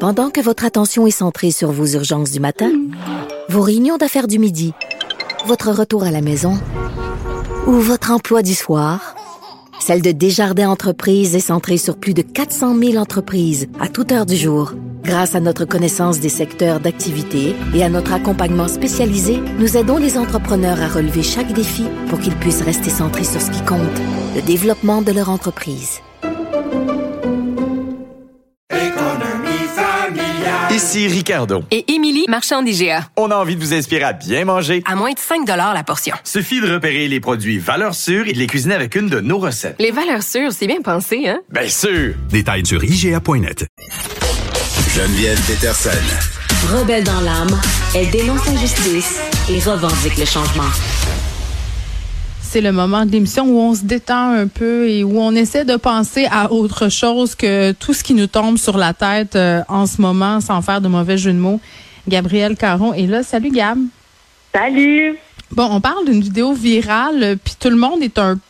Pendant que votre attention est centrée sur vos urgences du matin, vos réunions d'affaires du midi, votre retour à la maison ou votre emploi du soir, celle de Desjardins Entreprises est centrée sur plus de 400 000 entreprises à toute heure du jour. Grâce à notre connaissance des secteurs d'activité et à notre accompagnement spécialisé, nous aidons les entrepreneurs à relever chaque défi pour qu'ils puissent rester centrés sur ce qui compte, le développement de leur entreprise. Ici Ricardo. Et Émilie, marchand d'IGA. On a envie de vous inspirer à bien manger. À moins de 5 $ la portion. Suffit de repérer les produits valeurs sûres et de les cuisiner avec une de nos recettes. Les valeurs sûres, c'est bien pensé, hein? Bien sûr! Détails sur IGA.net. Geneviève Peterson. Rebelle dans l'âme, elle dénonce l'injustice et revendique le changement. C'est le moment de l'émission où on se détend un peu et où on essaie de penser à autre chose que tout ce qui nous tombe sur la tête en ce moment, sans faire de mauvais jeu de mots. Gabrielle Caron est là. Salut, Gab. Salut. Bon, on parle d'une vidéo virale, puis tout le monde est un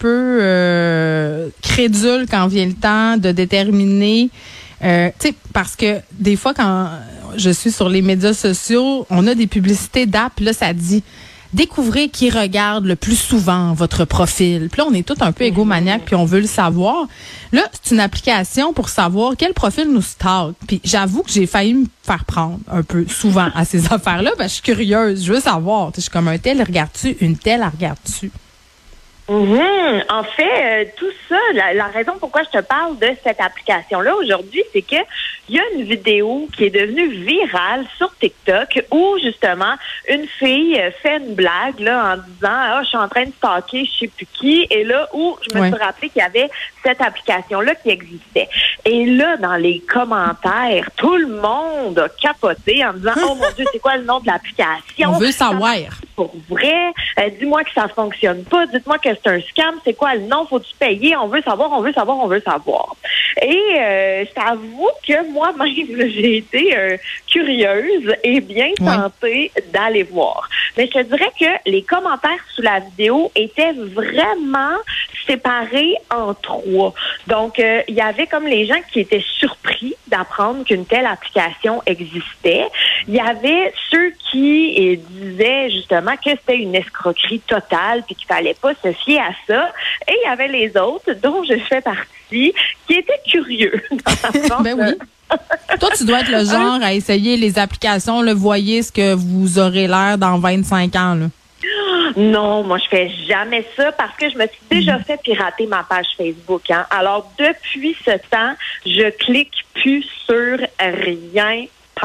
peu crédule quand vient le temps de déterminer. Tu sais, parce que des fois, quand je suis sur les médias sociaux, on a des publicités d'app, là, ça dit « Découvrez qui regarde le plus souvent votre profil ». Puis là, on est tous un peu égomaniaques, puis on veut le savoir. Là, c'est une application pour savoir quel profil nous stalk. Puis j'avoue que j'ai failli me faire prendre un peu souvent à ces affaires-là, parce que je suis curieuse, je veux savoir. Je suis comme un tel regarde-tu, une telle regarde-tu. En fait, tout ça, la raison pourquoi je te parle de cette application-là aujourd'hui, c'est que il y a une vidéo qui est devenue virale sur TikTok où justement une fille fait une blague là en disant je suis en train de stalker je sais plus qui, et là où je me suis rappelé qu'il y avait cette application-là qui existait. Et là, dans les commentaires, tout le monde a capoté en disant oh mon Dieu, c'est quoi le nom de l'application? On veut savoir. Pour vrai, dis-moi que ça fonctionne pas, dites-moi que c'est un scam, c'est quoi le nom, faut-tu payer? On veut savoir, on veut savoir, on veut savoir. Et je t'avoue que moi-même, j'ai été curieuse et bien tentée d'aller voir. Mais je te dirais que les commentaires sous la vidéo étaient vraiment séparés en trois. Donc, il y avait comme les gens qui étaient surpris d'apprendre qu'une telle application existait. Il y avait ceux qui disaient justement que c'était une escroquerie totale puis qu'il fallait pas se fier à ça. Et il y avait les autres, dont je fais partie, qui étaient curieux. Ben oui. Toi, tu dois être le genre à essayer les applications, là, voyez ce que vous aurez l'air dans 25 ans, là. Non, moi, je fais jamais ça parce que je me suis déjà fait pirater ma page Facebook. Hein. Alors, depuis ce temps, je clique plus sur rien.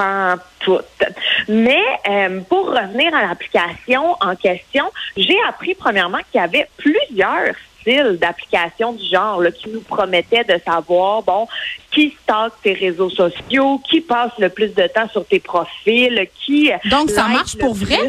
Tout. Mais pour revenir à l'application en question, j'ai appris premièrement qu'il y avait plusieurs styles d'applications du genre là, qui nous promettaient de savoir, bon, qui stocke tes réseaux sociaux, qui passe le plus de temps sur tes profils, qui... Donc, ça marche pour vrai?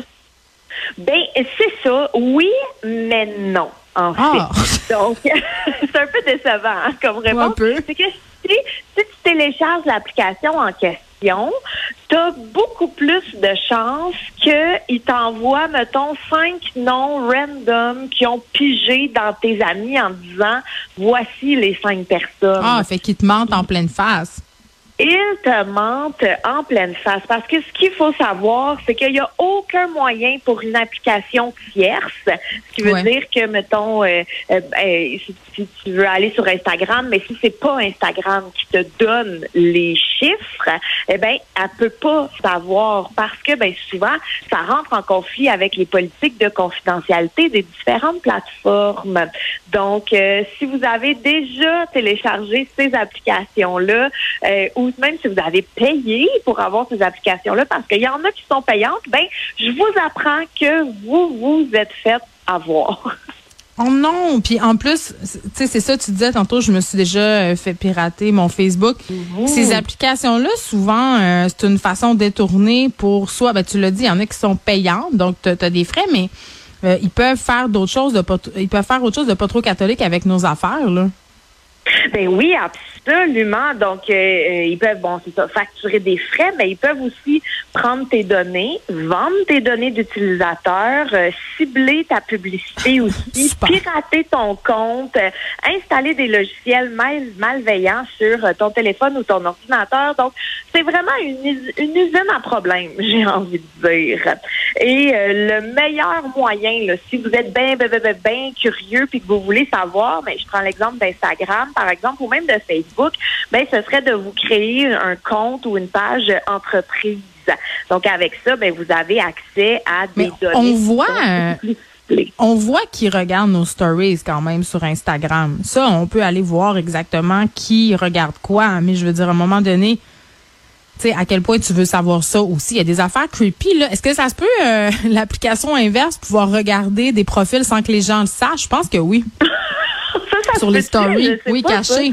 Ben, c'est ça, oui, mais non, en fait. Donc, c'est un peu décevant hein, comme réponse. C'est que si tu télécharges l'application en question, t'as beaucoup plus de chances qu'ils t'envoient, mettons, 5 noms random qui ont pigé dans tes amis en disant « Voici les 5 personnes. » Ah, fait qu'ils te mentent en pleine face. Ils te mentent en pleine face parce que ce qu'il faut savoir, c'est qu'il n'y a aucun moyen pour une application tierce, ce qui veut dire que, mettons, si tu veux aller sur Instagram, mais si c'est pas Instagram qui te donne les chiffres, eh ben, elle peut pas savoir parce que, ben, souvent, ça rentre en conflit avec les politiques de confidentialité des différentes plateformes. Donc, si vous avez déjà téléchargé ces applications-là, ou même si vous avez payé pour avoir ces applications-là, parce qu'il y en a qui sont payantes, ben, je vous apprends que vous êtes fait avoir. Oh non! Puis en plus, tu sais, c'est ça, tu disais tantôt, je me suis déjà fait pirater mon Facebook. Ces applications-là, souvent, c'est une façon détournée pour soi. Ben, tu l'as dit, il y en a qui sont payantes, donc tu as des frais, mais ils peuvent faire d'autres choses, ils peuvent faire autre chose de pas trop catholique avec nos affaires, là. Ben oui, absolument. Donc, ils peuvent, c'est ça, facturer des frais, mais ils peuvent aussi prendre tes données, vendre tes données d'utilisateur, cibler ta publicité aussi, pirater ton compte, installer des logiciels malveillants sur ton téléphone ou ton ordinateur. Donc, c'est vraiment une usine à problèmes, j'ai envie de dire. Et le meilleur moyen, là, si vous êtes bien curieux puis que vous voulez savoir, je prends l'exemple d'Instagram, par exemple, ou même de Facebook, ce serait de vous créer un compte ou une page entreprise. Donc, avec ça, vous avez accès à des données. On voit qui regarde nos stories quand même sur Instagram. Ça, on peut aller voir exactement qui regarde quoi. Mais je veux dire, à un moment donné, tu sais, à quel point tu veux savoir ça aussi. Il y a des affaires creepy, là. Est-ce que ça se peut, l'application inverse, pouvoir regarder des profils sans que les gens le sachent? Je pense que oui. Ça sur les stories, oui, cachés.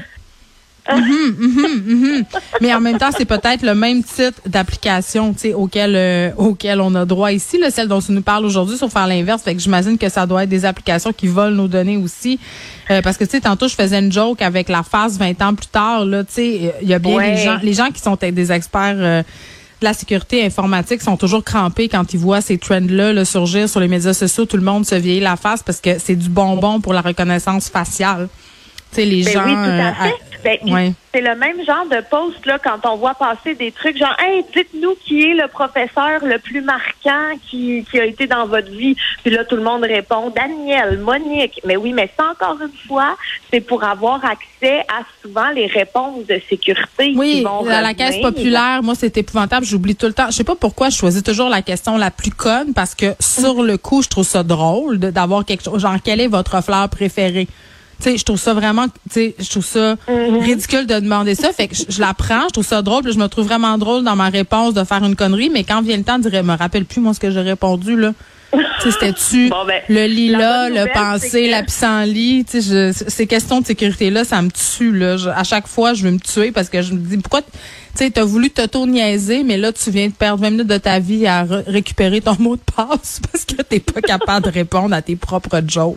Mais en même temps, c'est peut-être le même type d'application, tu sais, auquel on a droit ici, là, celle dont tu nous parles aujourd'hui, sur faire l'inverse. Fait que j'imagine que ça doit être des applications qui volent nos données aussi. Parce que, tu sais, tantôt, je faisais une joke avec la face 20 ans plus tard, là, tu sais, il y a bien les gens qui sont des experts de la sécurité informatique sont toujours crampés quand ils voient ces trends-là là, surgir sur les médias sociaux. Tout le monde se vieillit la face parce que c'est du bonbon pour la reconnaissance faciale. Tu sais, les gens... Oui, tout à fait. C'est le même genre de post là quand on voit passer des trucs genre hey, dites-nous qui est le professeur le plus marquant qui a été dans votre vie. Puis là tout le monde répond Daniel, Monique. Mais oui, mais ça encore une fois, c'est pour avoir accès à souvent les réponses de sécurité qui vont à la caisse populaire, moi c'est épouvantable, j'oublie tout le temps. Je sais pas pourquoi je choisis toujours la question la plus conne parce que sur le coup, je trouve ça drôle d'avoir quelque chose genre quelle est votre fleur préférée? Tu sais, je trouve ça vraiment, je trouve ça ridicule de demander ça. Fait que je la prends, je trouve ça drôle, puis je me trouve vraiment drôle dans ma réponse de faire une connerie, mais quand vient le temps de dire, me rappelle plus, moi, ce que j'ai répondu, là. Tu sais, c'était-tu le lilas, le pensée, la pissenlit, tu sais, ces questions de sécurité-là, ça me tue, là. À chaque fois, je veux me tuer parce que je me dis, pourquoi, tu sais, t'as voulu t'auto-niaiser, mais là, tu viens de perdre 20 minutes de ta vie à récupérer ton mot de passe parce que t'es pas capable de répondre à tes propres jokes.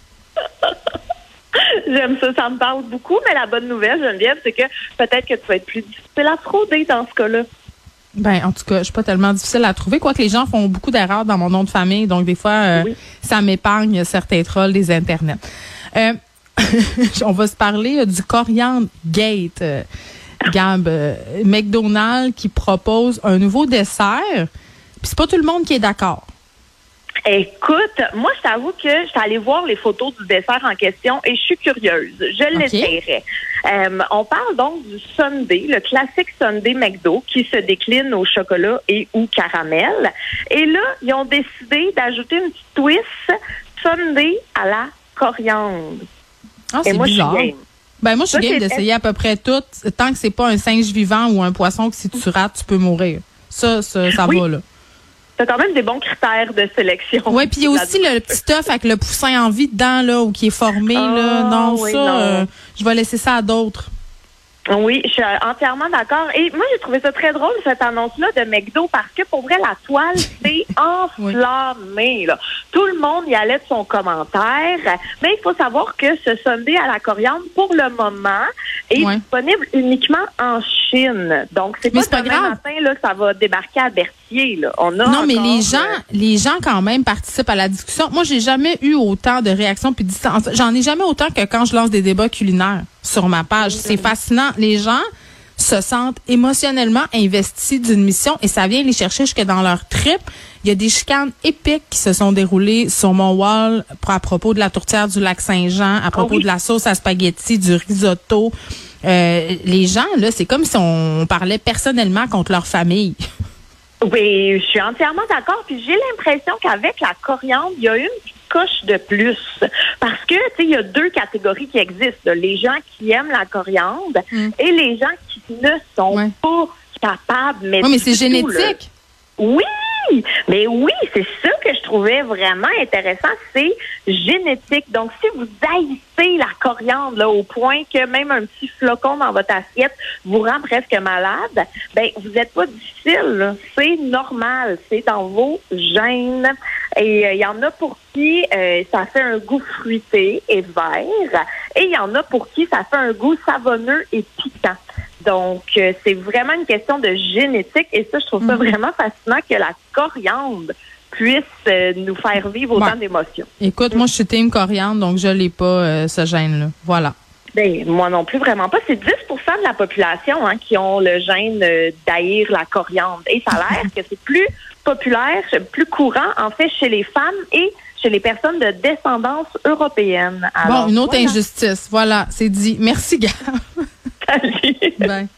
J'aime ça, ça me parle beaucoup, mais la bonne nouvelle, Geneviève, c'est que peut-être que tu vas être plus difficile à frauder dans ce cas-là. En tout cas, je suis pas tellement difficile à trouver, quoique les gens font beaucoup d'erreurs dans mon nom de famille, donc des fois, ça m'épargne certains trolls des internets. On va se parler du Coriander Gate. Gab, McDonald's qui propose un nouveau dessert, puis c'est pas tout le monde qui est d'accord. Écoute, moi, je t'avoue que je suis allée voir les photos du dessert en question et je suis curieuse. Je l'essayerai. On parle donc du sundae, le classique sundae McDo qui se décline au chocolat et ou caramel. Et là, ils ont décidé d'ajouter une petite twist sundae à la coriandre. Ah, c'est bizarre. Moi, je suis game d'essayer à peu près tout, tant que c'est pas un singe vivant ou un poisson que si tu rates, tu peux mourir. Ça va, là. T'as quand même des bons critères de sélection. Oui, puis il y a aussi le petit œuf avec le poussin en vie dedans, là, ou qui est formé, là. Non, oui, je vais laisser ça à d'autres. Oui, je suis entièrement d'accord. Et moi, j'ai trouvé ça très drôle, cette annonce-là de McDo, parce que pour vrai, la toile s'est enflammée. Là. Tout le monde y allait de son commentaire. Mais il faut savoir que ce sundae à la coriandre, pour le moment, est disponible uniquement en Chine. Donc, c'est pas demain matin là, que ça va débarquer à Berthier. Là. Non, mais les gens quand même participent à la discussion. Moi, j'ai jamais eu autant de réactions puis j'en ai jamais autant que quand je lance des débats culinaires sur ma page. C'est fascinant. Les gens se sentent émotionnellement investis d'une mission et ça vient les chercher jusque dans leur trip. Il y a des chicanes épiques qui se sont déroulées sur mon wall à propos de la tourtière du Lac-Saint-Jean, à propos de la sauce à spaghetti, du risotto. Les gens, là, c'est comme si on parlait personnellement contre leur famille. Oui, je suis entièrement d'accord. Puis j'ai l'impression qu'avec la coriandre, il y a une coche de plus. Parce que, tu sais, il y a deux catégories qui existent. Là. Les gens qui aiment la coriandre et les gens qui ne sont pas capables. Mais c'est génétique. Là. Oui! Mais oui, c'est ça que je trouvais vraiment intéressant, c'est génétique. Donc, si vous haïssez la coriandre là, au point que même un petit flocon dans votre assiette vous rend presque malade, vous n'êtes pas difficile. Là. C'est normal, c'est dans vos gènes. Et il y en a pour qui ça fait un goût fruité et vert. Et il y en a pour qui ça fait un goût savonneux et piquant. Donc, c'est vraiment une question de génétique. Et ça, je trouve ça vraiment fascinant que la coriandre puisse nous faire vivre autant d'émotions. Écoute, moi, je suis team coriandre, donc je l'ai pas, ce gène-là. Voilà. Ben, moi non plus, vraiment pas. C'est 10% de la population qui ont le gène d'haïr la coriandre. Et ça a l'air que c'est plus populaire, plus courant, en fait, chez les femmes et chez les personnes de descendance européenne. Alors, une autre injustice. Voilà, c'est dit. Merci, Gab. Salut. Bye.